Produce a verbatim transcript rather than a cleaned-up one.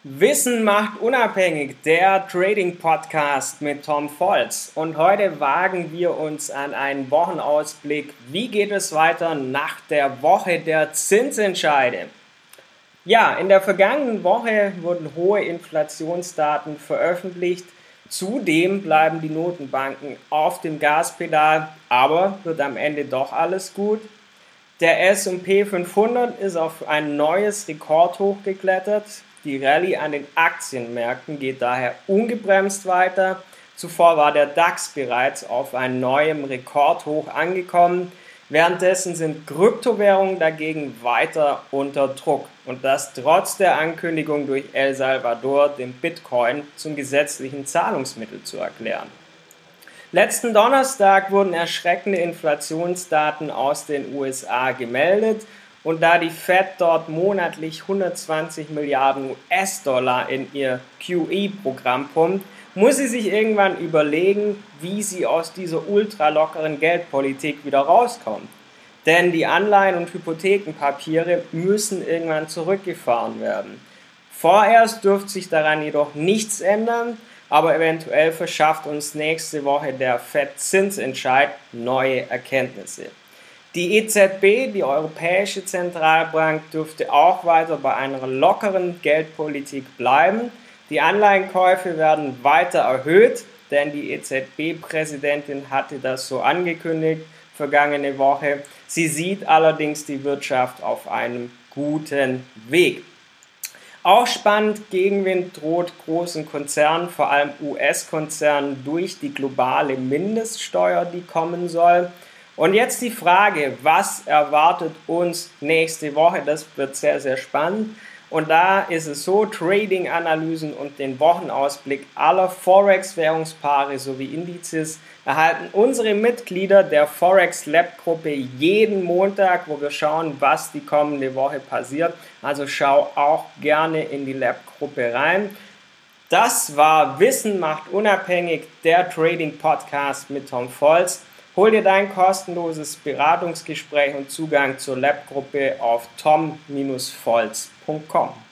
Wissen macht unabhängig, der Trading-Podcast mit Tom Volz. Und heute wagen wir uns an einen Wochenausblick. Wie geht es weiter nach der Woche der Zinsentscheide? Ja, in der vergangenen Woche wurden hohe Inflationsdaten veröffentlicht. Zudem bleiben die Notenbanken auf dem Gaspedal, aber wird am Ende doch alles gut? Der S und P fünfhundert ist auf ein neues Rekordhoch geklettert. Die Rallye an den Aktienmärkten geht daher ungebremst weiter. Zuvor war der DAX bereits auf einem neuen Rekordhoch angekommen. Währenddessen sind Kryptowährungen dagegen weiter unter Druck. Und das trotz der Ankündigung durch El Salvador, den Bitcoin zum gesetzlichen Zahlungsmittel zu erklären. Letzten Donnerstag wurden erschreckende Inflationsdaten aus den U S A gemeldet. Und da die Fed dort monatlich hundertzwanzig Milliarden U S-Dollar in ihr Q E-Programm pumpt, muss sie sich irgendwann überlegen, wie sie aus dieser ultralockeren Geldpolitik wieder rauskommt. Denn die Anleihen- und Hypothekenpapiere müssen irgendwann zurückgefahren werden. Vorerst dürfte sich daran jedoch nichts ändern, aber eventuell verschafft uns nächste Woche der Fed-Zinsentscheid neue Erkenntnisse. Die E Z B, die Europäische Zentralbank, dürfte auch weiter bei einer lockeren Geldpolitik bleiben. Die Anleihenkäufe werden weiter erhöht, denn die E Z B-Präsidentin hatte das so angekündigt vergangene Woche. Sie sieht allerdings die Wirtschaft auf einem guten Weg. Auch spannend, Gegenwind droht großen Konzernen, vor allem U S-Konzernen, durch die globale Mindeststeuer, die kommen soll. Und jetzt die Frage, was erwartet uns nächste Woche? Das wird sehr, sehr spannend. Und da ist es so, Trading-Analysen und den Wochenausblick aller Forex-Währungspaare sowie Indizes erhalten unsere Mitglieder der Forex Lab Gruppe jeden Montag, wo wir schauen, was die kommende Woche passiert. Also schau auch gerne in die Lab Gruppe rein. Das war Wissen macht unabhängig, der Trading-Podcast mit Tom Volz. Hol dir dein kostenloses Beratungsgespräch und Zugang zur Lab-Gruppe auf tom Bindestrich volz Punkt com.